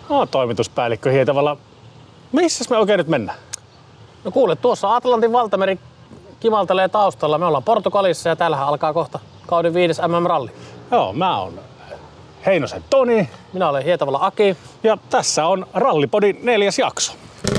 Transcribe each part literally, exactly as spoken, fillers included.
No, toimituspäällikkö Hietavala. Missäs me oikein nyt mennään? No kuule, tuossa Atlantin valtameri kimaltelee taustalla. Me ollaan Portugalissa ja täällähän alkaa kohta kauden viides M M-ralli. Joo, mä oon Heinosen Toni. Minä olen Hietavala Aki. Ja tässä on Rallipodin neljäs jakso.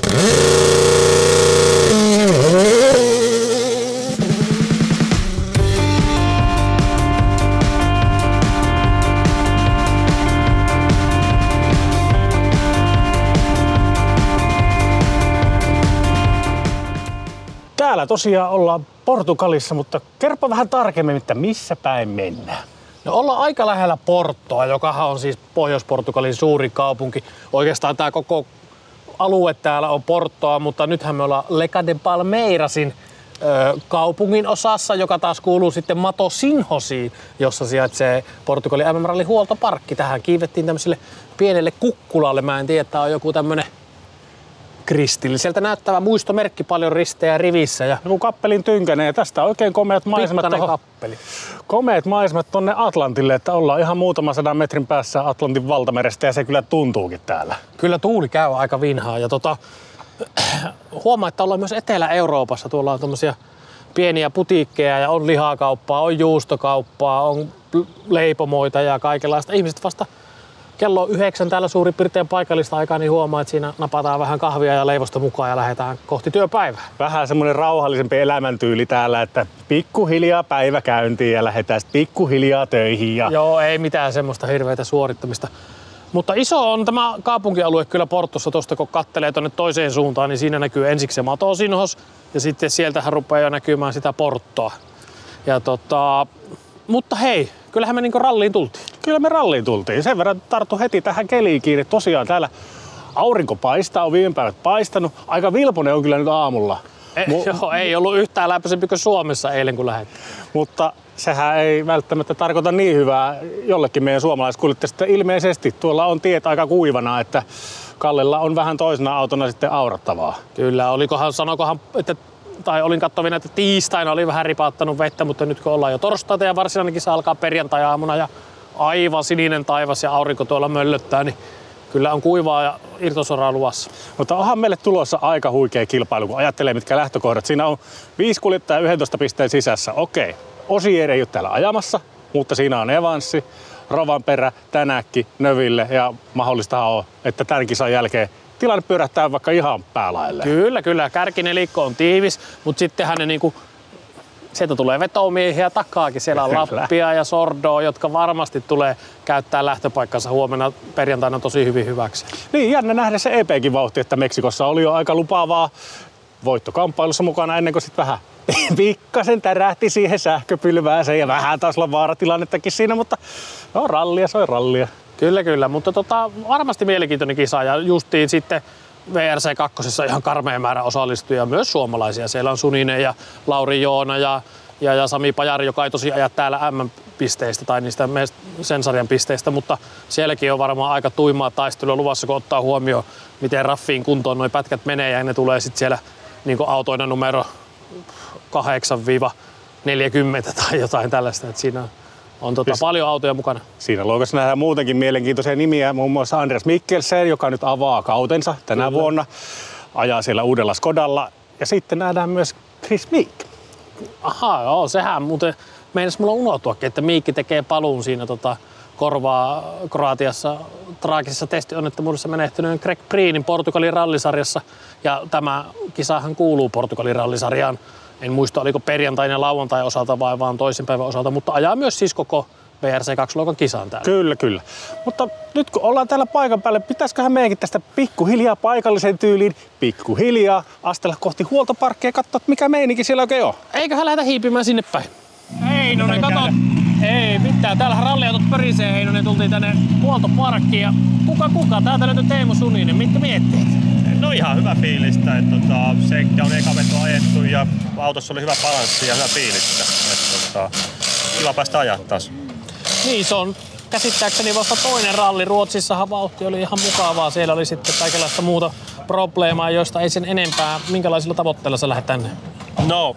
Täällä tosiaan ollaan Portugalissa, mutta kerro vähän tarkemmin, että missä päin mennään. No ollaan aika lähellä Portoa, joka on siis Pohjois-Portugalin suuri kaupunki. Oikeastaan tää koko alue täällä on Portoa, mutta nythän me ollaan Lega de Palmeirasin ö, kaupungin osassa, joka taas kuuluu sitten Matosinhosiin, jossa sijaitsee Portugalin M M-rallin huoltoparkki. Tähän kiivettiin tämmöiselle pienelle kukkulalle. Mä en tiedä, että on joku tämmönen kristilliseltä näyttävä muistomerkki, paljon ristejä rivissä. Ja joku kappelin tynkäinen ja tästä oikein komeat maisemat, tohon, kappeli. komeat maisemat tonne Atlantille, että ollaan ihan muutaman sadan metrin päässä Atlantin valtamerestä ja se kyllä tuntuukin täällä. Kyllä tuuli käy aika vinhaa ja tota, huomaa, että ollaan myös Etelä-Euroopassa. Tuolla on tommosia pieniä putiikkeja ja on lihakauppaa, on juustokauppaa, on leipomoita ja kaikenlaista. Ihmiset vasta kello yhdeksän täällä suurin piirtein paikallista aikaa, niin huomaa, että siinä napataan vähän kahvia ja leivosta mukaan ja lähdetään kohti työpäivää. Vähän semmoinen rauhallisempi elämäntyyli täällä, että pikkuhiljaa päivä käyntiin ja lähdetään sitten pikkuhiljaa töihin. Ja... Joo, ei mitään semmoista hirveätä suorittamista. Mutta iso on tämä kaupunkialue kyllä Portossa, tuosta kun kattelee tuonne toiseen suuntaan, niin siinä näkyy ensiksi se Matosinhos ja sitten sieltähän rupeaa jo näkymään sitä Portoa. Ja tota... Mutta hei, kyllähän me niinku ralliin tultiin. Kyllä me ralliin tultiin. Sen verran tarttu heti tähän keliin kiinni. Tosiaan täällä aurinko paistaa, on viime päivät paistanut. Aika vilponen on kyllä nyt aamulla. E, Mu- joo, ei ollut yhtään lämpöisempi kuin Suomessa eilen kun lähdettiin. Mutta sehän ei välttämättä tarkoita niin hyvää jollekin meidän suomalaiskuljettajista. Ilmeisesti tuolla on tiet aika kuivana, että Kallella on vähän toisena autona sitten aurattavaa. Kyllä, olikohan, sanokohan, että tai olin katsovina, että tiistaina oli vähän ripaattanut vettä, mutta nyt kun ollaan jo torstaita ja varsinainen kisa alkaa perjantai-aamuna ja aivan sininen taivas ja aurinko tuolla möllöttää, niin kyllä on kuivaa ja irtosoraa luvassa. Mutta onhan meille tulossa aika huikea kilpailu, kun ajattelee mitkä lähtökohdat. Siinä on viisi kuljettajaa yhdentoista pisteen sisässä. Okei, Osier ei ole täällä ajamassa, mutta siinä on Evanssi, Rovanperä, Tänäkki, Növille ja mahdollistahan on, että tämän kisan jälkeen tilanne pyörähtää vaikka ihan päälaille. Kyllä, kyllä. Kärkinelikko on tiivis, mutta sittenhän ne niinku, sieltä tulee vetomiehiä takaakin. Siellä on Lappia ja Sordoa, jotka varmasti tulee käyttää lähtöpaikkansa huomenna perjantaina tosi hyvin hyväksi. Niin, jännä nähdä se E P:kin vauhti, että Meksikossa oli jo aika lupaavaa voittokamppailussa mukana ennen kuin sitten vähän pikkasen tärähti siihen sähköpylvääseen ja vähän taas on vaaratilannettakin siinä, mutta no rallia, se on rallia. Kyllä, kyllä, mutta tota, varmasti mielenkiintoinen kisa ja justiin sitten V R C kaksi ihan karmea määrä osallistujia, myös suomalaisia. Siellä on Suninen ja Lauri Joona ja, ja, ja Sami Pajari, joka ei tosi aja täällä M M-pisteistä tai niistä sen sarjan pisteistä, mutta sielläkin on varmaan aika tuimaa taistelua luvassa, kun ottaa huomioon, miten raffiin kuntoon nuo pätkät menee ja ne tulee sitten siellä niin kuin autoina numero kahdeksan neljäkymmentä tai jotain tällaista, että siinä on On tota paljon autoja mukana. Siinä luokassa nähdään muutenkin mielenkiintoisia nimiä, muun muassa Andreas Mikkelsen, joka nyt avaa kautensa tänä Kyllä. vuonna. Ajaa siellä uudella Skodalla. Ja sitten nähdään myös Chris Meek. Ahaa, joo, sehän muuten meinas mulla unohtuakin, että Meekki tekee paluun siinä tota, korvaa Kroatiassa traagisessa testionnettomuudessa menehtyneen Greg Preenin Portugalin rallisarjassa. Ja tämä kisahan kuuluu Portugalin rallisarjaan. En muista, oliko perjantain ja lauantai osalta vai vaan toisen päivän osalta, mutta ajaa myös siis koko V R C kaksi-luokan kisan täällä. Kyllä, kyllä. Mutta nyt kun ollaan täällä paikan päällä, pitäisiköhän meidänkin tästä pikkuhiljaa paikallisen tyyliin pikkuhiljaa astella kohti huoltoparkkia ja katsoa, mikä meininki siellä oikein on. Eiköhän lähdetä hiipimään sinne päin. Heinonen, kato. Ei mitään. Täällähän ralliautot pörisee, Heinonen. Tultiin tänne huoltoparkkiin ja kuka kuka. Täältä löytyy Teemu Suninen. Mitkä mietteet? No ihan hyvä fiilistä. Että, tota, se on eka veto ajettu ja autossa oli hyvä balanssi ja hyvä fiilistä. Että, tota, kiva päästä ajaa taas. Niin, se on käsittääkseni vasta toinen ralli. Ruotsissahan vauhti oli ihan mukavaa. Siellä oli sitten kaikenlaista muuta probleemaa, joista ei sen enempää. Minkälaisilla tavoitteilla sä lähdet tänne? No,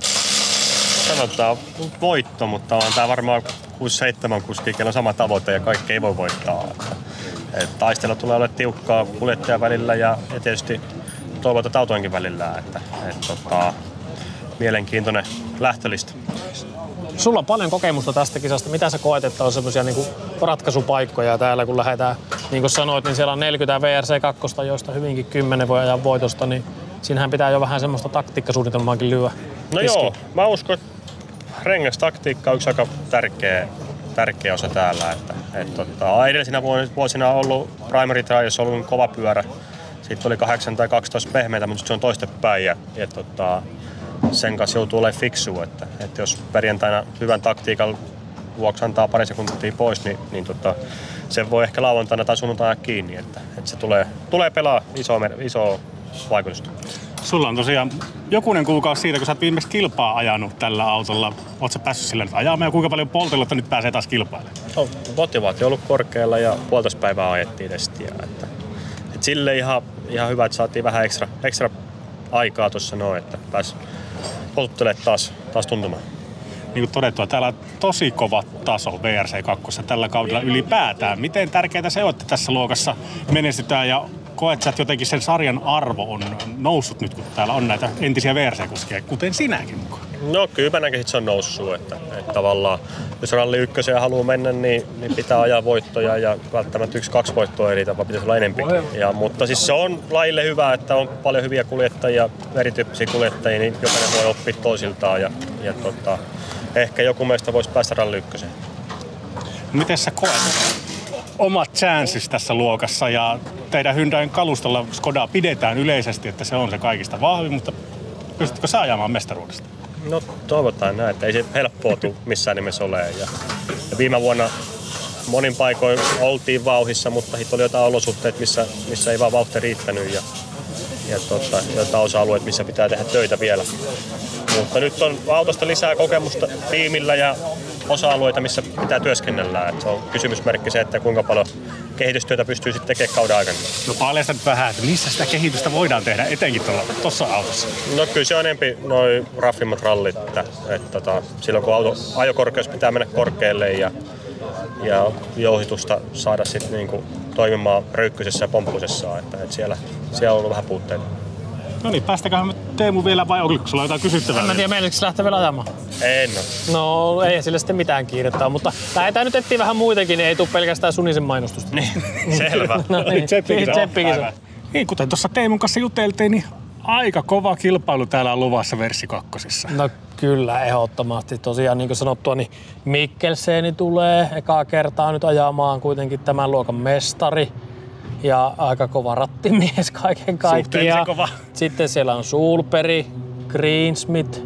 sanotaan voitto, mutta on tää varmaan kuusi seitsemän kuskia, kello on sama tavoite ja kaikki ei voi voittaa. et taistelu tulee olemaan tiukkaa kuljettajan välillä ja, ja tietysti toivotaan autojenkin välillä. Että, et, tota, mielenkiintoinen lähtölista. Sulla on paljon kokemusta tästä kisasta. Mitä sä koet, että on semmoisia niinku ratkaisupaikkoja täällä, kun lähdetään, niin kuin sanoit, niin siellä on neljäkymmentä V R C kaksi, joista hyvinkin kymmenen voi ajaa voitosta, niin siinähän pitää jo vähän semmoista taktiikkasuunnitelmaakin lyödä. No Iski. joo, mä uskon, että rengastaktiikka on yksi aika tärkeä, tärkeä osa täällä. Että, et, tota, edellisinä vuosina on ollut primary trials, on ollut kova pyörä. Sitten oli kahdeksan tai kaksitoista pehmeitä, mutta se on toistepäin. Ja, ja tota, sen kanssa joutuu olemaan fiksua, että, että jos perjantaina hyvän taktiikan vuoksi antaa pari sekuntia pois, niin, niin tota, se voi ehkä lauantaina tai sunnuntaina kiinni, että, että se tulee, tulee pelaa isoa, isoa vaikutusta. Sulla on tosiaan jokunen kuukausi siitä, kun sä oot viimeksi kilpaa ajanut tällä autolla. Oot sä päässyt sillä nyt ajamaan ja kuinka paljon poltilla, että nyt pääsee taas kilpailemaan? No, motivaatio on ollut korkealla ja puolitoista päivää ajettiin testiä. Että, että sille ihan, ihan hyvä, että saatiin vähän ekstra, ekstra aikaa tuossa noin, että pääsi polttelemaan taas, taas tuntumaan. Niin kuin todettua, täällä on tosi kova taso V R C kaksi tällä kaudella ylipäätään. Miten tärkeää se on, että tässä luokassa menestytään ja koet sä, että jotenkin sen sarjan arvo on noussut nyt, kun täällä on näitä entisiä V R C-kuskeja, kuten sinäkin mukaan? No kyllä mä näkisin, että se on noussut. Että, että tavallaan, jos ralli ykköseen haluaa mennä, niin, niin pitää ajaa voittoja ja välttämättä yksi, kaksi voittoa eri tapa pitäisi olla enempi. Ja, mutta siis se on lajille hyvä, että on paljon hyviä kuljettajia, erityyppisiä kuljettajia, niin jokainen voi oppia toisiltaan ja, ja tota, ehkä joku meistä voisi päästä ralli ykköseen. Miten sä koet omat chanssis tässä luokassa ja teidän Hyundain kalustolla Skodaa pidetään yleisesti, että se on se kaikista vahvin, mutta pystytkö sä ajamaan mestaruudesta? No toivotaan näin, että ei se helppoa tule missään nimessä ole. Ja, ja viime vuonna monin paikoin oltiin vauhissa, mutta sitten oli jotain olosuhteita, missä, missä ei vaan vauhti riittänyt ja, ja tota, jotain osa-alueita, missä pitää tehdä töitä vielä. Mutta nyt on autosta lisää kokemusta tiimillä ja osa-alueita, missä pitää työskennellä. Et se on kysymysmerkki se, että kuinka paljon kehitystyötä pystyy sitten tekemään kauden aikana. No paljasta nyt vähän, että missä sitä kehitystä voidaan tehdä etenkin tuossa autossa? No kyllä se on enempi noin raffimmat rallit, että, että tota, silloin kun auto, ajokorkeus pitää mennä korkealle ja, ja jouhitusta saada sitten niinku toimimaan röykkysessä ja pomppuisessa, että, että siellä, siellä on ollut vähän puutteita. No niin, päästäköhän me Teemu vielä vai oliko sulla jotain kysyttävää? En mä tiedä, meneekö se lähteä vielä ajamaan? En ole. No ei sille sitten mitään kiirettä ole, mutta lähdetään nyt etsiä vähän muitakin, niin ei tule pelkästään Sunisen mainostusta. Niin, selvä. No niin, tseppikin se. Niin, kuten tuossa Teemun kanssa juteltiin, niin aika kova kilpailu täällä on luvassa Verssi kakkosessa. No kyllä, ehdottomasti. Tosiaan niin kuin sanottua, niin Mikkelseni tulee ekaa kertaa nyt ajamaan kuitenkin tämän luokan mestari. Ja aika kova rattimies kaiken kaikkiaan. Kova. Sitten siellä on Sulperi, Greensmith,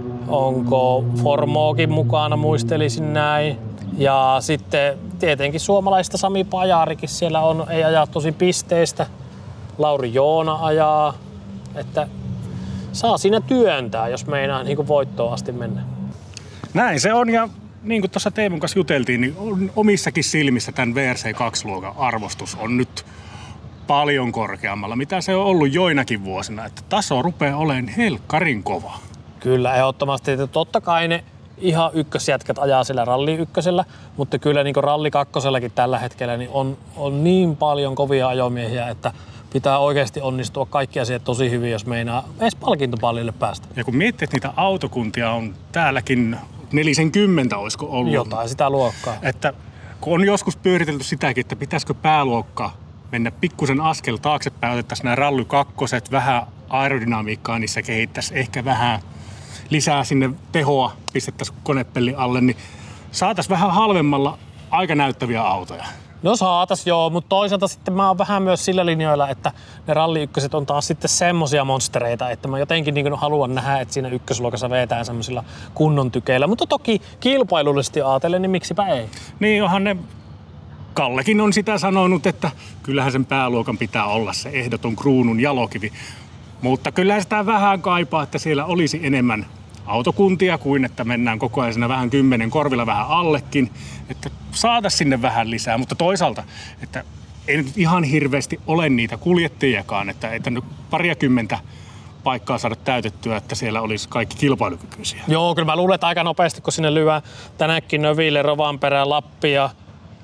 onko Formokin mukana, muistelisin näin. Ja sitten tietenkin suomalaista Sami Pajarikin siellä on, ei ajaa tosi pisteistä. Lauri Joona ajaa, että saa siinä työntää, jos meinaa niin kuin voittoon asti mennä. Näin se on ja niin kuin tuossa Teemun kanssa juteltiin, niin on omissakin silmissä tämän V R C kaksi-luokan arvostus on nyt paljon korkeammalla, mitä se on ollut joinakin vuosina. Että taso rupeaa olemaan helkkarin kova. Kyllä, ehdottomasti. Että totta kai ne ihan ykkösjätkät ajaa siellä ralli ykkösellä, mutta kyllä niin kuin ralli kakkosellakin tällä hetkellä niin on, on niin paljon kovia ajomiehiä, että pitää oikeasti onnistua kaikki asiat tosi hyvin, jos meinaa edes palkintopallille päästä. Ja kun miettii, että niitä autokuntia on täälläkin nelisenkymmentä, olisiko ollut? Jotain sitä luokkaa. Että kun on joskus pyöritelty sitäkin, että pitäisikö pääluokka mennä pikkusen askel taaksepäin, otettaisiin nämä rally kakkoset, vähän aerodynamiikkaa niissä kehittäisiin, ehkä vähän lisää sinne tehoa, pistettäisiin konepelli alle, niin saataisiin vähän halvemmalla aika näyttäviä autoja. No saatas joo, mutta toisaalta sitten mä oon vähän myös sillä linjoilla, että ne ralli ykköset on taas sitten semmosia monstereita, että mä jotenkin niin haluan nähdä, että siinä ykkösluokassa vetään semmoisilla kunnon tykeillä. Mutta toki kilpailullisesti ajatellen, niin miksipä ei. Niin onhan ne, Kallekin on sitä sanonut, että kyllähän sen pääluokan pitää olla se ehdoton kruunun jalokivi. Mutta kyllähän sitä vähän kaipaa, että siellä olisi enemmän autokuntia kuin että mennään koko ajan siinä vähän kymmenen korvilla vähän allekin, että saataisiin sinne vähän lisää, mutta toisaalta, että ei nyt ihan hirveästi ole niitä kuljettajiakaan, että ei tänne pariakymmentä paikkaa saada täytettyä, että siellä olisi kaikki kilpailukykyisiä. Joo, kyllä mä luulen, että aika nopeasti, kun sinne lyö tänäkin Növille, Rovanperään, Lappi ja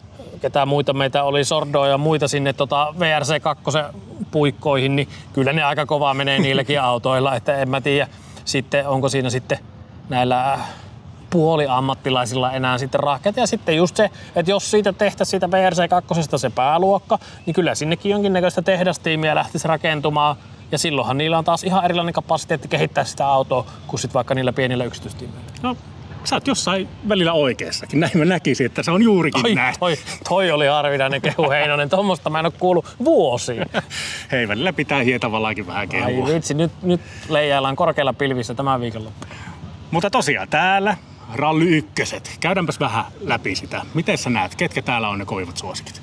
ketä muita meitä oli, Sordoa ja muita sinne tota V R C kaksi puikkoihin, niin kyllä ne aika kovaa menee niilläkin autoilla, että en mä tiedä sitten onko siinä sitten näillä puoliammattilaisilla enää sitten rahkeita. Ja sitten just se, että jos siitä tehtäisiin siitä V R C kaksi se pääluokka, niin kyllä sinnekin jonkinnäköistä tehdastiimiä lähtisi rakentumaan. Ja silloinhan niillä on taas ihan erilainen kapasiteetti kehittää sitä autoa kuin sit vaikka niillä pienillä yksityistiimillä. No, sä oot jossain välillä oikeassakin. Näin mä näkisin, että se on juurikin toi, näin. Toi, toi oli harvinainen kehu, Heinonen. Tuommoista mä en ole kuullut vuosiin. Hei, välillä pitää hietavallakin vähän kehua. Ai vitsi, nyt, nyt leijaillaan korkealla pilvissä tämän viikonloppu. Mutta tosiaan täällä Rally ykköset. Käydäänpäs vähän läpi sitä. Miten sä näet, ketkä täällä on ne kovimmat suosikit?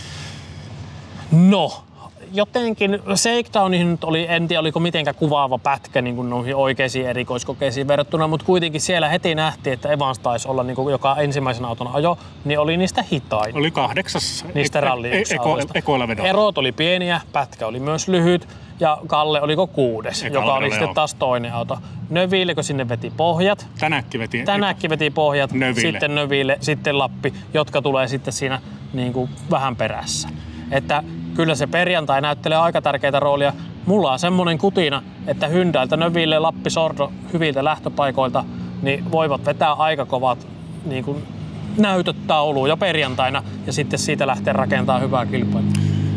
No, jotenkin Shakedownihin nyt oli, en tiedä oliko mitenkään kuvaava pätkä niin kuin noihin oikeisiin erikoiskokeisiin verrattuna, mutta kuitenkin siellä heti nähtiin, että Evans taisi olla, niin kuin joka ensimmäisen auton ajo, niin oli niistä hitain. Oli kahdeksas niistä ralli e- e- eko, ekoilla vedolla. Erot oli pieniä, pätkä oli myös lyhyt ja Kalle oliko kuudes, Eka joka oli sitten taas toinen auto. Növille, kun sinne veti pohjat. Tänäkki veti, Tänäkki veti pohjat, Növille. sitten Növille, sitten Lappi, jotka tulee sitten siinä niin kuin vähän perässä. Että kyllä se perjantai näyttelee aika tärkeitä roolia. Mulla on semmonen kutina, että Hyundailta, Növille, Lappi, Sordo hyviltä lähtöpaikoilta niin voivat vetää aika kovat niin kuin näytöt tauluun jo perjantaina ja sitten siitä lähtee rakentamaan hyvää kilpailua.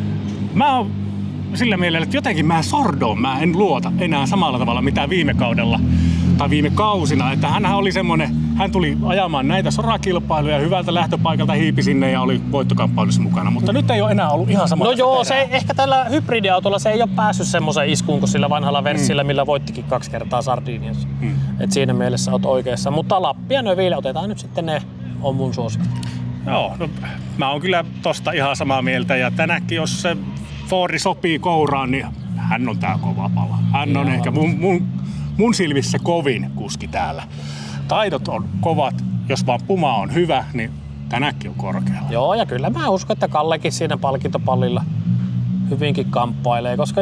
Mä oon sillä mielellä, että jotenkin mä Sordoon mä en luota enää samalla tavalla mitä viime kaudella tai viime kausina, että hänhän oli semmonen, hän tuli ajamaan näitä sorakilpailuja hyvältä lähtöpaikalta hiipi sinne ja oli voittokamppailussa mukana, mutta nyt ei ole enää ollut ihan samalla. No joo, se, ehkä tällä hybridiautolla se ei ole päässyt semmoiseen iskuun kuin sillä vanhalla Versillä, mm. millä voittikin kaksi kertaa Sardiniassa. Mm. Et siinä mielessä oot oikeassa, mutta Lappi ja Növille otetaan nyt sitten, ne on mun suosikki. Joo, no, mä oon kyllä tosta ihan samaa mieltä ja tänäkin jos se Fordi sopii kouraan, niin hän on tää kova pala. Hän on ja ehkä mun, mun, mun silmissä kovin kuski täällä. Taidot on kovat, jos vaan Puma on hyvä, niin tänäkin on korkealla. Joo, ja kyllä mä uskon, että Kallekin siinä palkintopallilla hyvinkin kamppailee, koska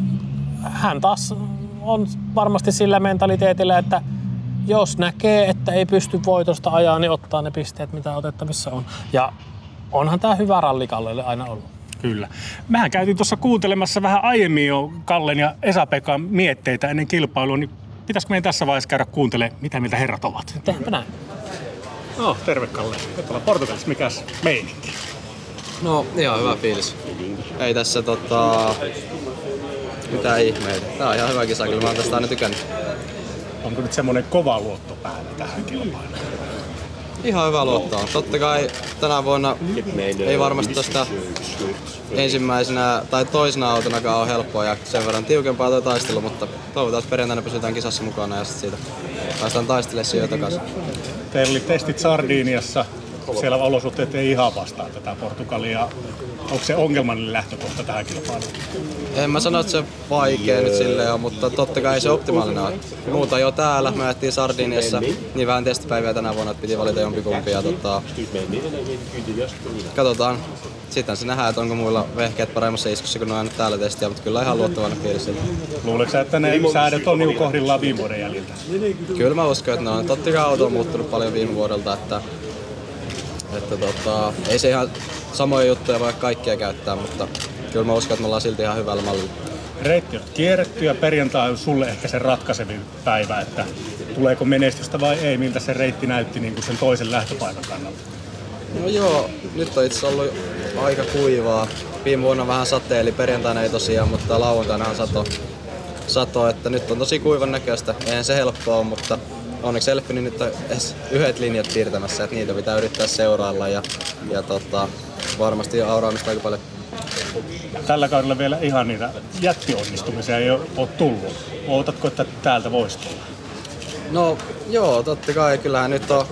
hän taas on varmasti sillä mentaliteetillä, että jos näkee, että ei pysty voitosta ajaa, niin ottaa ne pisteet, mitä otettavissa on. Ja onhan tää hyvä ralli Kallelle aina ollut. Kyllä. Mähän käytiin tuossa kuuntelemassa vähän aiemmin jo Kallen ja Esa-Pekan mietteitä ennen kilpailua, niin pitäisikö meidän tässä vaiheessa käydä kuuntelemaan, mitä mieltä herrat ovat? Tehdäänpä näin. No, terve Kalle. Nyt ollaan Portugalissa. Mikäs meininki? No, ihan hyvä fiilis. Ei tässä tota... mitään ihmeitä. Tää on ihan hyvä kisa, kyllä mä oon tästä aina tykännyt. Onko nyt semmonen kova luotto päällä tähän kilpailuun? Ihan hyvä luottoa. Totta kai tänä vuonna ei varmasti tosta ensimmäisenä tai toisena autonakaan ole helppoa ja sen verran tiukempaa tuo taistelu, mutta toivotaan, että perjantaina pysytään kisassa mukana ja sitten siitä päästään taistelemaan siihen takaisin. Teillä oli testit Sardiniassa. Siellä olosuhteet ei ihan vastaa tätä Portugalia. Onko se ongelmallinen lähtökohta tähän kilpailuun? En mä sano, että se vaikea nyt silleen on, mutta totta kai se optimaalinen on. Muuta jo täällä, me ajettiin Sardiniassa, niin vähän testipäiviä tänä vuonna, että piti valita jompikumpi ja tota, katsotaan. Sitten se nähdään, että onko muilla vehkeet paremmassa iskussa, kun ne on aina täällä testiä, mutta kyllä ihan luottavainen fiilis. Luuletko sä, että ne säädöt on niinku kohdillaan viime vuoden jäljiltä? Kyllä mä uskon, että ne on. Totta kai auto on muuttunut paljon viime vuodelta, että, että tota, ei se ihan samoja juttuja voi kaikkia käyttää, mutta kyllä mä uskon, että me ollaan silti ihan hyvällä mallilla. Reitti on kierretty ja perjantai on sulle ehkä se ratkaisevin päivä, että tuleeko menestystä vai ei, miltä se reitti näytti niin kuin sen toisen lähtöpaikan kannalta? No joo, nyt on itse ollut aika kuivaa. Viime vuonna vähän sateeli, perjantaina ei tosiaan, mutta lauantainahan sato, sato, että nyt on tosi kuivan näköistä. Eihän se helppoa, mutta onneksi Elfini nyt on edes yhdet linjat piirtämässä, että niitä pitää yrittää seurailla ja, ja tota, varmasti auraamista aika paljon. Tällä kaudella vielä ihan niitä jättionnistumisia ei ole tullut. Ootatko, että täältä voisi tulla? No joo, totta kai. Kyllähän nyt on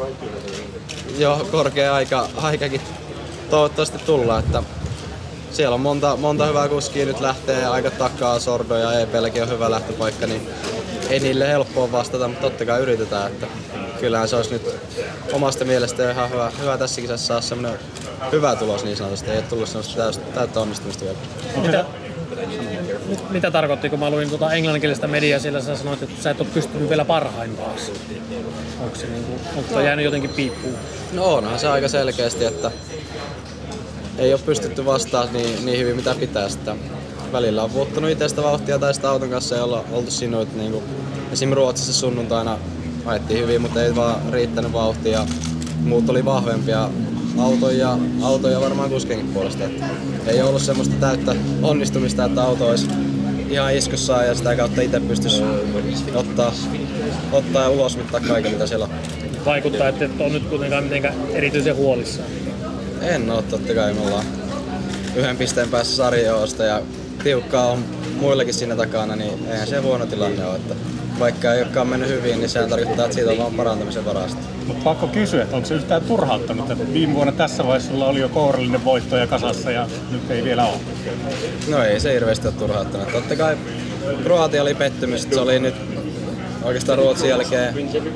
jo korkea aika, aikakin toivottavasti tulla. Että siellä on monta, monta hyvää kuskia nyt lähtee aika takaa. Sordo ja E P:lläkin on hyvä lähtöpaikka, niin ei niille helppoa vastata, mutta totta kai yritetään. Että kyllähän se olisi nyt omasta mielestä ihan hyvä, hyvä tässä kisassa saada semmoinen hyvä tulos niin sanotusti. Ei ole tullut semmoista täyttä onnistumista vielä. Mitä, mit, mitä tarkoitti, kun mä luin tuota englanninkielistä mediaa, siellä sä sanoit, että sä et ole pystynyt vielä parhaimpaaksi. Onko se, niin kuin, onko se jäänyt jotenkin piippuun? No onhan se aika selkeästi, että ei ole pystytty vastaamaan niin, niin hyvin mitä pitää sitä. Välillä on puuttunut itsestä vauhtia tai sitä auton kanssa ei olla oltu sinuit. Niin esim. Ruotsissa sunnuntaina ajettiin hyvin, mutta ei vaan riittänyt vauhtia. Muut oli vahvempia autoja, autoja varmaan kuskenkin puolesta. Että ei ollut semmoista täyttä onnistumista, että auto olisi ihan iskussaan ja sitä kautta itse pystyisi ottaa, ottaa ja ulos mittaa kaiken mitä siellä on. Vaikuttaa, että et ole nyt kuitenkaan mitenkään erityisen huolissaan. En oo, totta kai me ollaan yhden pisteen päässä sarjoista ja tiukkaa on muillakin siinä takana, niin eihän se huono tilanne ole. Että vaikka ei olekaan mennyt hyvin, niin sehän tarkoittaa, että siitä on vaan parantamisen varasta. Mutta pakko kysyä, että onko se yhtään turhauttanut, että viime vuonna tässä vaiheessa sulla oli jo kourallinen voitto ja kasassa ja nyt ei vielä ole? No ei se hirveästi ole turhauttanut. Totta kai Kroatia oli pettymys, se oli nyt oikeastaan Ruotsin jälkeen,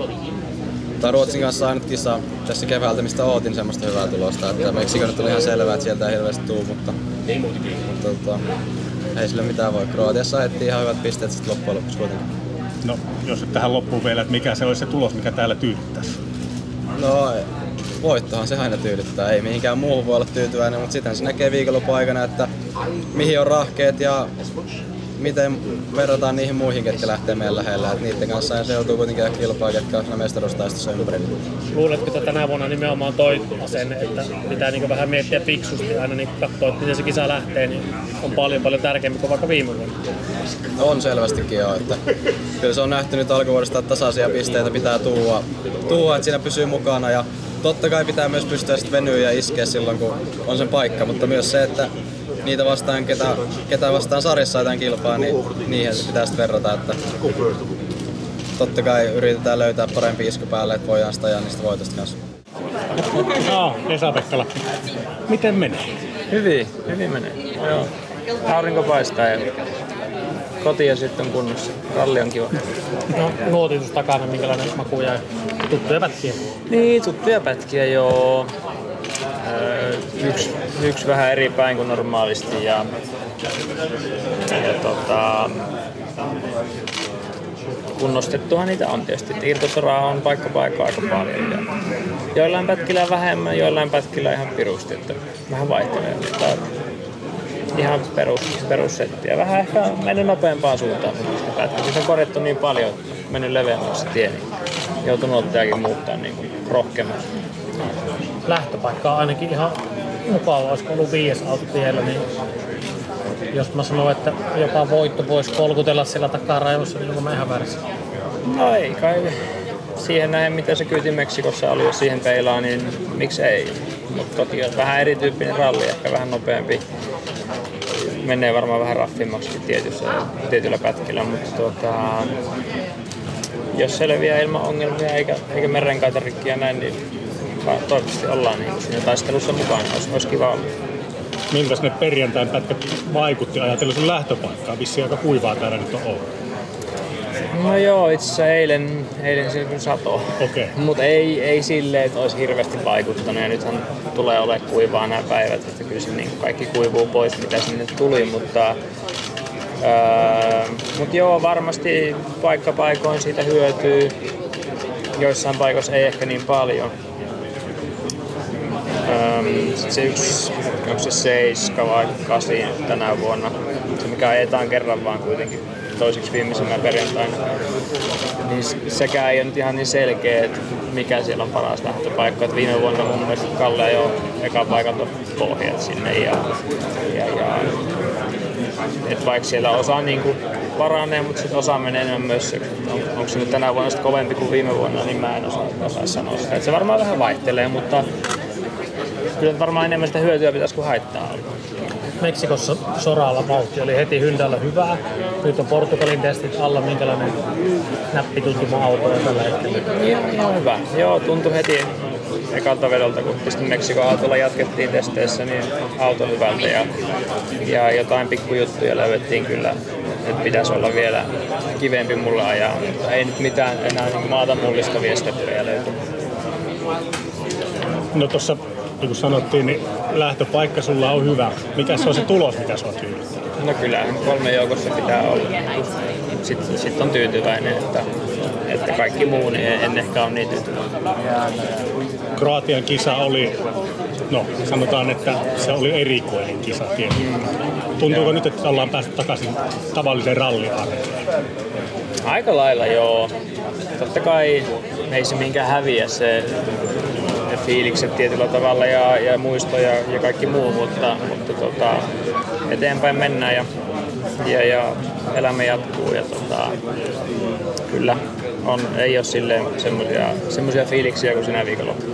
tai Ruotsin kanssa ainut kisa tässä keväältä, mistä ootin semmoista hyvää tulosta. Että Meksiko nyt oli ihan selvää, että sieltä ei hirveästi tuu, mutta, mutta tota, ei sille mitään voi. Kroatiassa ajettiin ihan hyvät pisteet sitten loppujen lopuksi kuitenkin. No, jos nyt tähän loppuun vielä, että mikä se olisi se tulos, mikä täällä tyydyttäisi? No, voittohan se aina tyydyttää. Ei mihinkään muuhun voi olla tyytyväinen, mutta sitten se näkee viikonlopun aikana, että mihin on rahkeet ja miten verrataan niihin muihin, ketkä lähtee meidän lähellä. Et niiden kanssa se joutuu kuitenkin kilpaa, ketkä on siinä mestaruustaistossa ympärillä. Luuletko, että tänä vuonna nimenomaan toi asenne, että pitää niin vähän miettiä fiksusti aina niin katsoa, että miten se kisa lähtee, niin on paljon paljon tärkeämpi kuin vaikka viime vuonna? On selvästikin joo. Että kyllä se on nähty nyt alkuvuodesta, että tasaisia pisteitä pitää tuua, tuua, että siinä pysyy mukana. Ja totta kai pitää myös pystyä sitten venyä ja iskeä silloin, kun on sen paikka, mutta myös se, että niitä vastaan, ketä, ketä vastaan sarjassa jotain kilpaa, niin niihin se pitää sitten verrata. Että totta kai yritetään löytää parempi isku päälle, että voidaan sitä ajaa niistä voitosta kanssa. No, Esa-Pekkala, miten menee? Hyvin, hyvin menee. Joo. Aurinko paistaa ja koti ja sitten on kunnossa. Ralli on kiva. No, nuotitus takana, minkälainen maku jäi? Tuttuja pätkiä? Niin, tuttuja pätkiä joo. Öö, yksi, yksi vähän eri päin kuin normaalisti ja, ja tota, kunnostettuhan niitä on tietysti. Irtosoraa on paikka paikkaa aika paljon. Ja joillain pätkillä vähemmän, joillain pätkillä ihan pirusti, että vähän vaihtelee. Mutta ihan perus, perussettiä. Vähän ehkä mennyt nopeampaan suuntaan. Pätkissä on korjattu niin paljon, että mennyt leveämmäksi tie, niin joutunut ottajakin muuttaa niin kuin rohkeammin. Lähtöpaikka on ainakin ihan mukava, olisiko ollut viides auto tiellä, niin jos mä sanon, että jopa voitto voisi kolkutella siellä takarajoissa, niin onko mä ihan väärässä? No ei kai. Siihen näin, mitä se kyyti Meksikossa oli, jos siihen peilaa, niin miksi ei? Mutta toki on vähän erityyppinen ralli, ehkä vähän nopeampi. Menee varmaan vähän raffimmaksi tietyssä, tietyllä pätkillä, mutta tuota, jos selviää ilman ongelmia eikä, eikä merenkaita rikkiä näin, niin toivottavasti ollaan niin siinä taistelussa mukana. Olisi, olisi kiva olla. Miltä ne perjantain pätkät vaikutti ajatellen sun lähtöpaikkaa? Vissiin aika kuivaa täällä nyt on ollut. No joo, itse asiassa eilen, eilen se satoi. Okay. Mutta ei, ei silleen, että olisi hirveästi vaikuttanut. Ja nythän tulee olemaan kuivaa nämä päivät, että kyllä se niin kaikki kuivuu pois, mitä sinne tuli. Mutta, öö, mutta joo, varmasti paikkapaikoin siitä hyötyy. Joissain paikoissa ei ehkä niin paljon. Sitten se yksi, onko se seiska vai kasi tänä vuonna, se mikä ajetaan kerran vaan kuitenkin toiseksi viimeisenä perjantaina, niin sekään ei ole nyt ihan niin selkeä, että mikä siellä on paras lähtöpaikka. Et viime vuonna mun mielestä Kalle jo eka paikalta pohjat sinne ja, ja, ja et vaikka siellä osa niin kuin paranee, mutta sitten osa menee enemmän myös, on, onko se nyt tänä vuonna kovempi kuin viime vuonna, niin mä en osaa, osaa sanoa sitä. Et se varmaan vähän vaihtelee, mutta kyllä varmaan enemmän sitä hyötyä pitäisi kuin haittaa olla. Meksikossa soralla vauhti oli heti Hyndällä hyvää. Nyt on Portugalin testit alla, minkälainen näppituntuma auto on tällä hetkellä. Ihan, ihan hyvä. Joo, tuntui heti ekalta vedolta, kun pistin Meksikon autolla jatkettiin testeissä, niin auto hyvältä ja, ja jotain pikkujuttuja löydettiin kyllä, että pitäisi olla vielä kivempi mulla ajaa, mutta ei nyt mitään enää niin maata mullistavia steppejä löytyy. No tuossa, niin kuin sanottiin, niin lähtöpaikka sulla on hyvä. Mikä se on se tulos, mikä sua tyydyttää? No kyllä, kolme joukossa pitää olla. Sitten sit on tyytyväinen, että, että kaikki muu niin en ehkä ole niin tyytyväinen. Kroatian kisa oli No, sanotaan, että se oli erikoinen kisa tietysti. Tuntuuko nyt, että ollaan päästy takaisin tavalliseen ralliarkeen? Aika lailla joo. Totta kai ei se minkään häviä se ne fiilikset tietyllä tavalla ja, ja muisto ja, ja kaikki muu, mutta, mutta tota, eteenpäin mennään ja, ja, ja elämä jatkuu. Ja tota, kyllä on, ei ole silleen semmoisia fiiliksiä kuin sinä viikonloppuna.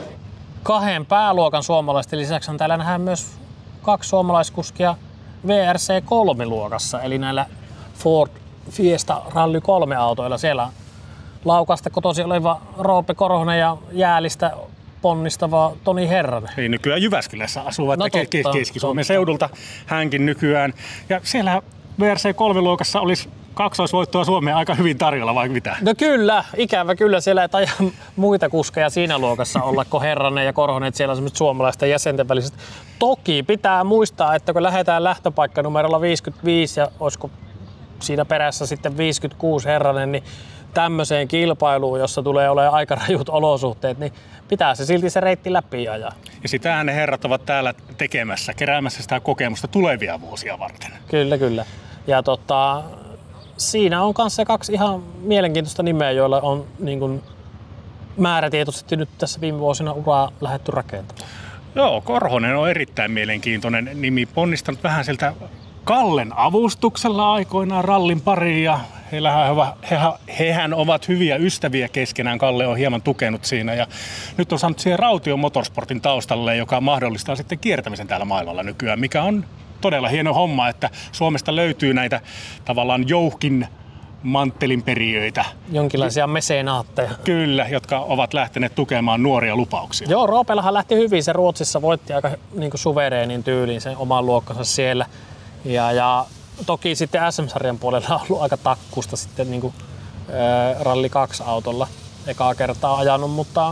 Kahden pääluokan suomalaisten lisäksi on täällä nähdään myös kaksi suomalaiskuskia V R C kolme luokassa, eli näillä Ford Fiesta Rally kolme autoilla. Siellä on Laukasta kotoisin oleva Roope Korhonen ja Jäälistä ponnistava Toni Herranen. Ei nykyään Jyväskylässä asuva, No että totta, Keski-Suomen totta. seudulta hänkin nykyään. Ja siellä V R C kolme luokassa olisi kaksoisvoittoa Suomeen aika hyvin tarjolla, vai mitä? No kyllä, ikävä kyllä siellä ei taida muita kuskeja siinä luokassa olla kuin Herranen ja Korhonen, että siellä on semmoiset suomalaisten jäsenten väliset. Toki pitää muistaa, että kun lähdetään lähtöpaikka numerolla viisikymmentäviisi ja olisiko siinä perässä sitten viisikymmentäkuusi Herranen, niin tämmöiseen kilpailuun, jossa tulee olemaan aika rajut olosuhteet, niin pitää se silti se reitti läpi ajaa. Ja sitähän ne herrat ovat täällä tekemässä, keräämässä sitä kokemusta tulevia vuosia varten. Kyllä, kyllä. Ja tota, siinä on kanssa kaksi ihan mielenkiintoista nimeä, joilla on niin kuin määrätietoisesti nyt tässä viime vuosina uraa lähdetty rakentamaan. Joo, Korhonen on erittäin mielenkiintoinen nimi, ponnistanut vähän sieltä Kallen avustuksella aikoinaan rallin pariin ja heillähän, he, hehän ovat hyviä ystäviä keskenään. Kalle on hieman tukenut siinä ja nyt on saanut siihen Raution Motorsportin taustalle, joka mahdollistaa sitten kiertämisen täällä maailmalla nykyään, mikä on todella hieno homma, että Suomesta löytyy näitä tavallaan jouhkin manttelinperijöitä. Jonkinlaisia mesenaatteja. Kyllä, jotka ovat lähteneet tukemaan nuoria lupauksia. Joo, Roopellahan lähti hyvin. Se Ruotsissa voitti aika niin kuin suvereenin tyyliin sen oman luokkansa siellä. Ja, ja toki sitten S M-sarjan puolella on ollut aika takkusta sitten niin kuin, ää, Ralli kaksi autolla ekaa kertaa ajanut, mutta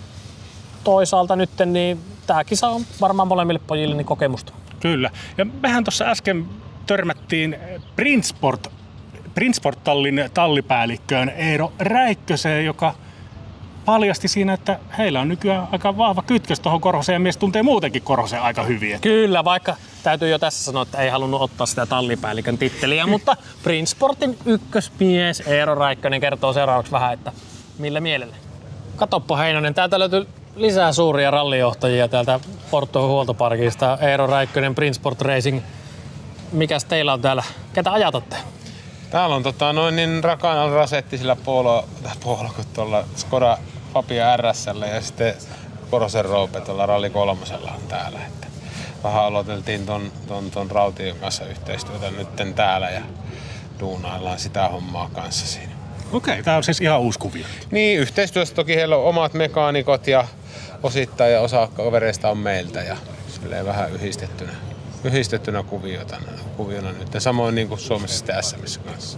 toisaalta nyt niin tämä kisa on varmaan molemmille pojille niin kokemusta. Kyllä. Ja mehän tuossa äsken törmättiin Printsport, Printsport-tallin tallipäällikköön Eero Räikköseen, joka paljasti siinä, että heillä on nykyään aika vahva kytkös tuohon Korhoseen ja mies tuntee muutenkin Korhosen aika hyvin. Kyllä, vaikka täytyy jo tässä sanoa, että ei halunnut ottaa sitä tallipäällikön titteliä, mutta Printsportin ykkösmies Eero Räikkönen kertoo seuraavaksi vähän, että millä mielellä. Katoppa Heinonen, täältä löytyy lisää suuria rallijohtajia täältä Portoon huoltoparkista. Eero Räikkönen, Printsport Racing. Mikäs teillä on täällä? Ketä ajatatte? Täällä on tota, noin niin Rakan Rasetti sillä Polo, Polo kuin tuolla Skoda Fabia R S:llä ja sitten Korhosen Roope tuolla Ralli kolmosella on täällä. Että vähän aloiteltiin ton, ton, ton Raution kanssa yhteistyötä nytten täällä ja duunaillaan sitä hommaa kanssa siinä. Okei, tää on siis ihan uusi kuvio. Niin, yhteistyössä toki heillä on omat mekaanikot ja osittain ja osa kavereista on meiltä ja silleen vähän yhdistettynä. yhdistettynä kuviota, kuviona nyt. Samoin niin kuin Suomessa sitten S M:ssä kanssa.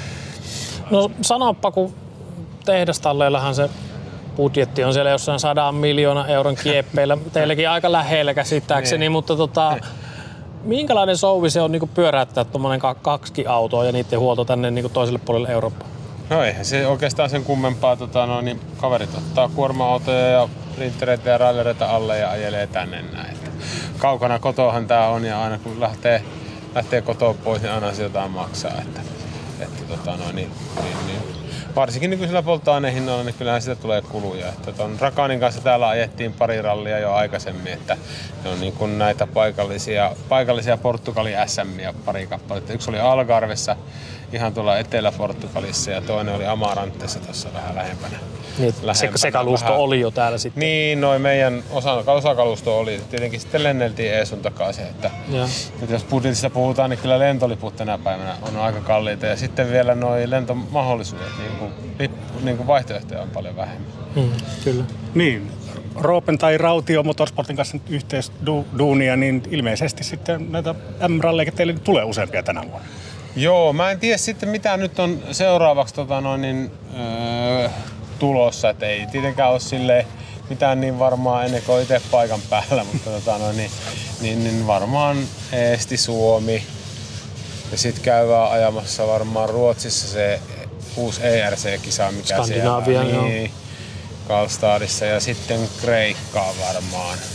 No sanoppa, kun tehdastalleillahan se budjetti on siellä jossain sadan miljoonan euron kieppeillä. Teilläkin aika lähellä käsittääkseni, mutta tota, minkälainen souvi se on niin pyöräyttää tuommoinen kaksi autoa ja niiden huolto tänne niin toiselle puolelle Eurooppaan? No eihän se oikeastaan sen kummempaa. Tota, no, niin kaverit ottaa kuorma-autoja ja printtereitä ja rallereita alle ja ajelee tänne näin. Kaukana kotoahan tää on ja aina kun lähtee, lähtee kotoa pois, niin aina se jotain maksaa. Että, että, tota, no, niin, niin, niin. Varsinkin nykyisillä polttoainehinnalla, niin kyllähän sitä tulee kuluja. Että ton Rakanin kanssa täällä ajettiin pari rallia jo aikaisemmin, että ne on niin kuin näitä paikallisia, paikallisia Portugalin S M:iä pari kappaletta. Yksi oli Algarvessa ihan tuolla Etelä-Portugalissa ja toinen oli Amarantessa tuossa vähän lähempänä. Niin, se, se kalusto vähän oli jo täällä sitten. Niin, noin meidän osa, osakalusto oli. Tietenkin sitten lenneltiin Eesun takaisin. Että, että jos budjetista puhutaan, niin kyllä lentoliput tänä päivänä on aika kalliita. Ja sitten vielä nuo lentomahdollisuudet, niin kuin, niin kuin vaihtoehtoja on paljon vähemmän. Mm, kyllä. Niin, Roopen tai Rautio Motorsportin kanssa yhteisduunia, niin ilmeisesti sitten näitä M-ralleja teille tulee useampia tänä vuonna. Joo, mä en tiedä sitten mitä nyt on seuraavaksi tota noin, niin, öö, tulossa, et ei tietenkään ole silleen mitään niin varmaa ennen kuin itse paikan päällä, mutta tota noin, niin, niin, niin varmaan Eesti, Suomi ja sitten käydään ajamassa varmaan Ruotsissa se uusi E R C-kisa, mikä Skandinavia, siellä niin, Karlstadissa ja sitten Kreikkaa varmaan.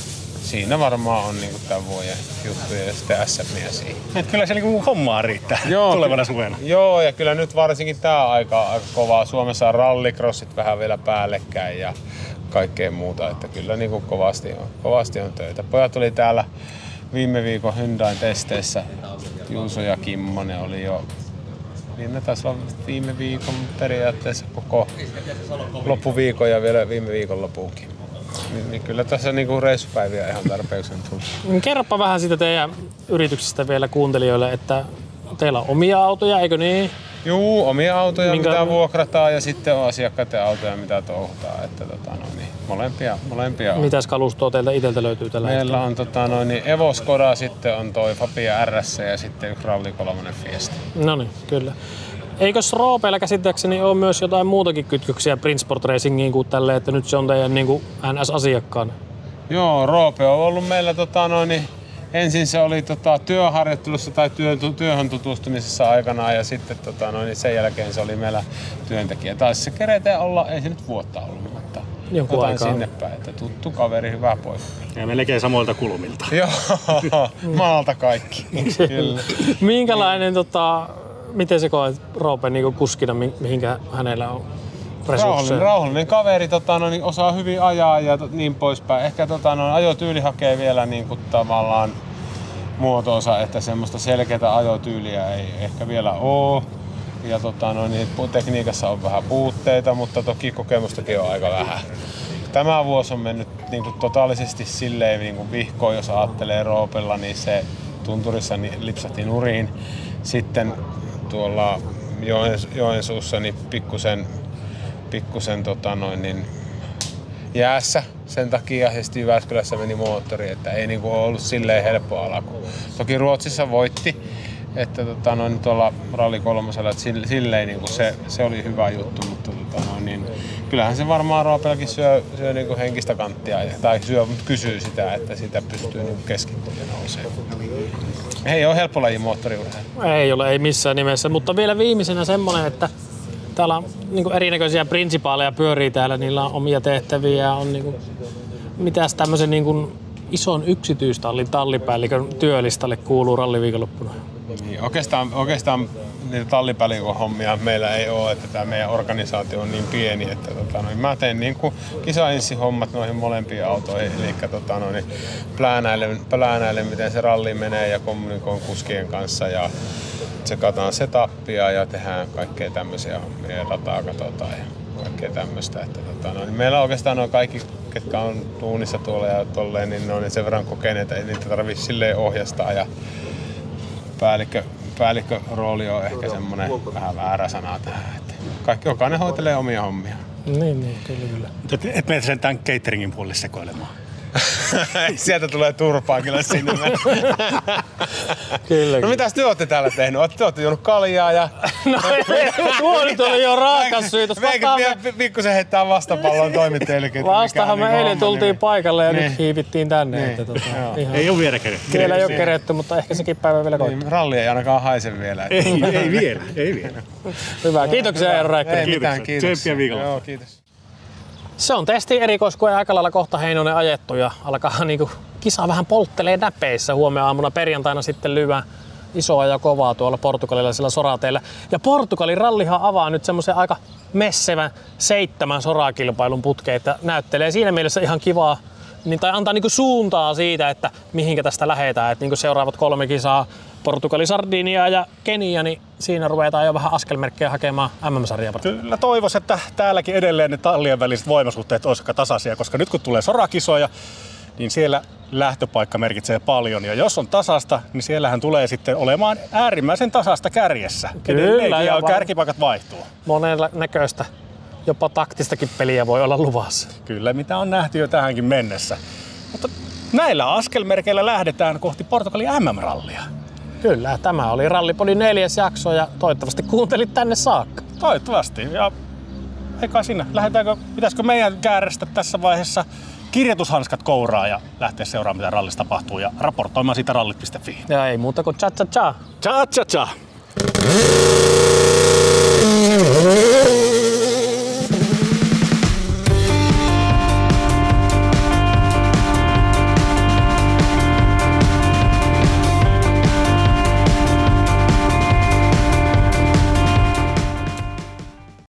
siinä varmaan on niinku tämän vuoden juttu ja sitten S M:iä siihen. Et kyllä se niinku hommaa riittää joo, tulevana suvena. Joo, ja kyllä nyt varsinkin tää aika aika kovaa. Suomessa on rallycrossit vähän vielä päällekkäin ja kaikkea muuta, että kyllä niinku kovasti on, kovasti on töitä. Pojat oli täällä viime viikon Hyundain testeissä. Juuso ja Kimmonen oli jo viime, taisi olla viime viikon periaatteessa koko loppuviikon ja vielä viime viikon lopuunkin. Niin, niin kyllä tässä niinku reissupäiviä ihan tarpeeksi on tullut. Kerropa vähän siitä teidän yrityksistä vielä kuuntelijoille, että teillä on omia autoja, eikö niin? Juu, omia autoja, Minkä... mitä vuokrataan ja sitten on asiakkaiden autoja, mitä touhutaan. Että, tota, no niin, molempia, molempia on. Mitäs kalustoa teiltä itseltä löytyy tällä Meillä hetkellä? on tota, no niin, Evo Skoda, sitten on toi Fabia R S ja sitten yksi Ralli kolme Fiesta. No niin, kyllä. Eikös Roopeilla käsittääkseni ole myös jotain muutakin kytköksiä Printsport Racingiin kuin tälle, että nyt se on teidän niin kuin N S-asiakkaan? Joo, Roope on ollut meillä tota, no niin, ensin se oli tota, työharjoittelussa tai työ, työhön tutustumisessa aikanaan ja sitten tota, no niin, sen jälkeen se oli meillä työntekijä. Taisi se kereteen olla, ei se nyt vuotta ollut, mutta jonkun jotain aikaa. sinne päin. Että tuttu kaveri, hyvä poika. Ja melkein samoilta kulmilta. Joo, maalta kaikki. Kyllä. Minkälainen, tota, miten se koet Roope niin kuskina, mihinkä hänellä on resursseja? Rauhallinen, rauhallinen kaveri, tota, no, niin osaa hyvin ajaa ja niin poispäin. Ehkä tota, no, ajotyyli hakee vielä niin kuin, tavallaan muotoonsa, että semmoista selkeää ajotyyliä ei ehkä vielä ole. Ja tota, no, niin, tekniikassa on vähän puutteita, mutta toki kokemustakin on aika vähän. Tämä vuosi on mennyt niin kuin, totaalisesti silleen niin kuin vihkoon, jos ajattelee Roopella, niin se tunturissa niin lipsahti nurin. Sitten tuolla Joensuussa niin pikkusen, pikkusen tota noin, niin jäässä sen takia ja sitten Jyväskylässä meni moottori, että ei niinku ollut silleen helppo alku. Toki Ruotsissa voitti, että tota noin, tuolla Ralli kolmosella, että silleen niinku se, se oli hyvä juttu, mutta tota noin, niin kyllähän se varmaan Roopellakin syö, syö niinku henkistä kanttia, tai syö, mutta kysyy sitä, että sitä pystyy niinku keskittymään nousemaan. Ei ole helppo laji moottoriurheilu. Ei ole, ei missään nimessä, mutta vielä viimeisenä semmonen, että täällä on niin erinäköisiä prinsipaaleja pyörii täällä, niillä on omia tehtäviä, on niin kuin, mitäs tämmöisen niin kuin ison yksityistallin tallipäällikön työlistalle kuuluu ralliviikonloppuna? Niin, oikeastaan, oikeastaan niitä tallipäällikön hommia meillä ei ole, että tämä meidän organisaatio on niin pieni, että tota, noin, mä teen niin kuin kisainssihommat noihin molempiin autoihin, eli tota, noin, pläänäilen, pläänäilen, miten se ralli menee ja kommunikoin kuskien kanssa ja tsekataan setupia ja tehdään kaikkea tämmöisiä hommia ja dataa katsotaan ja kaikkea tämmöistä. Että, tota, no, niin meillä oikeastaan on kaikki, ketkä on tuunissa tuolla ja tolleen, niin ne on sen verran kokeneet, ei niitä tarvitse silleen ohjastaa. Ja päällikkö, päällikkörooli on ehkä semmoinen vähän väärä sana tähän. Että kaikki, jokainen hoitelee omia hommia. Niin, niin, kyllä, kyllä. Et, et mene sen tämän cateringin puolelle sekoilemaan. Sieltä tulee turpaa kyllä sinne. Kyllä. No mitäs te olette täällä tehnyt? Te olette juonut kaljaa ja... No tuo nyt oli jo raakas syy. Meikin me... pikkusen heittää vastapallon toimittajille. Vastahan me niin eilen tultiin niin... paikalle ja niin. nyt hiivittiin tänne. Niin. Että, tota, ihan... Ei ole vielä keretty. Vielä ei ole keretty, mutta ehkä sekin päivä vielä koittaa. Niin, ralli ei ainakaan haise vielä. Ei, ei vielä, ei vielä. Hyvä, kiitoksia Eero Räikkönen. Ei mitään, kiitos. Tsemppiä viikolla. Joo, kiitos. Se on testi erikoiskoe aika lailla kohta Heinonen ajettu ja alkaa niinku kisa vähän polttelee näpeissä. Huomenna aamuna perjantaina sitten lyvää isoa ja kovaa tuolla portugalilaisilla sorateillä. Ja Portugalin rallihan avaa nyt semmoisen aika messevän seitsemän sorakilpailun putkeen, että näyttelee siinä mielessä ihan kivaa, niin, tai antaa niinku suuntaa siitä, että mihinkä tästä lähdetään. Että niinku seuraavat kolme kisaa, Portugali, Sardinia ja Kenia, niin siinä ruvetaan jo vähän askelmerkkejä hakemaan M M-sarjaa. Kyllä toivoisin, että täälläkin edelleen ne tallien väliset voimasuhteet olisivat aika tasaisia, koska nyt kun tulee sorakisoja, niin siellä lähtöpaikka merkitsee paljon. Ja jos on tasasta, niin siellähän tulee sitten olemaan äärimmäisen tasasta kärjessä. Kyllä, ja ja kärkipaikat vaihtuu. Monella näköistä, jopa taktistakin peliä voi olla luvassa. Kyllä, mitä on nähty jo tähänkin mennessä. Mutta näillä askelmerkeillä lähdetään kohti Portugalin M M-rallia. Kyllä, tämä oli Rallipodin neljäs jakso ja toivottavasti kuuntelit tänne saakka. Toivottavasti. Ja eikä sinne. Lähdetäänkö, pitäisikö meidän käärästä tässä vaiheessa kirjoitushanskat kouraa ja lähteä seuraamaan, mitä rallissa tapahtuu ja raportoimaan siitä rallit piste fi. Ja ei muuta kuin cha cha cha. Cha cha cha.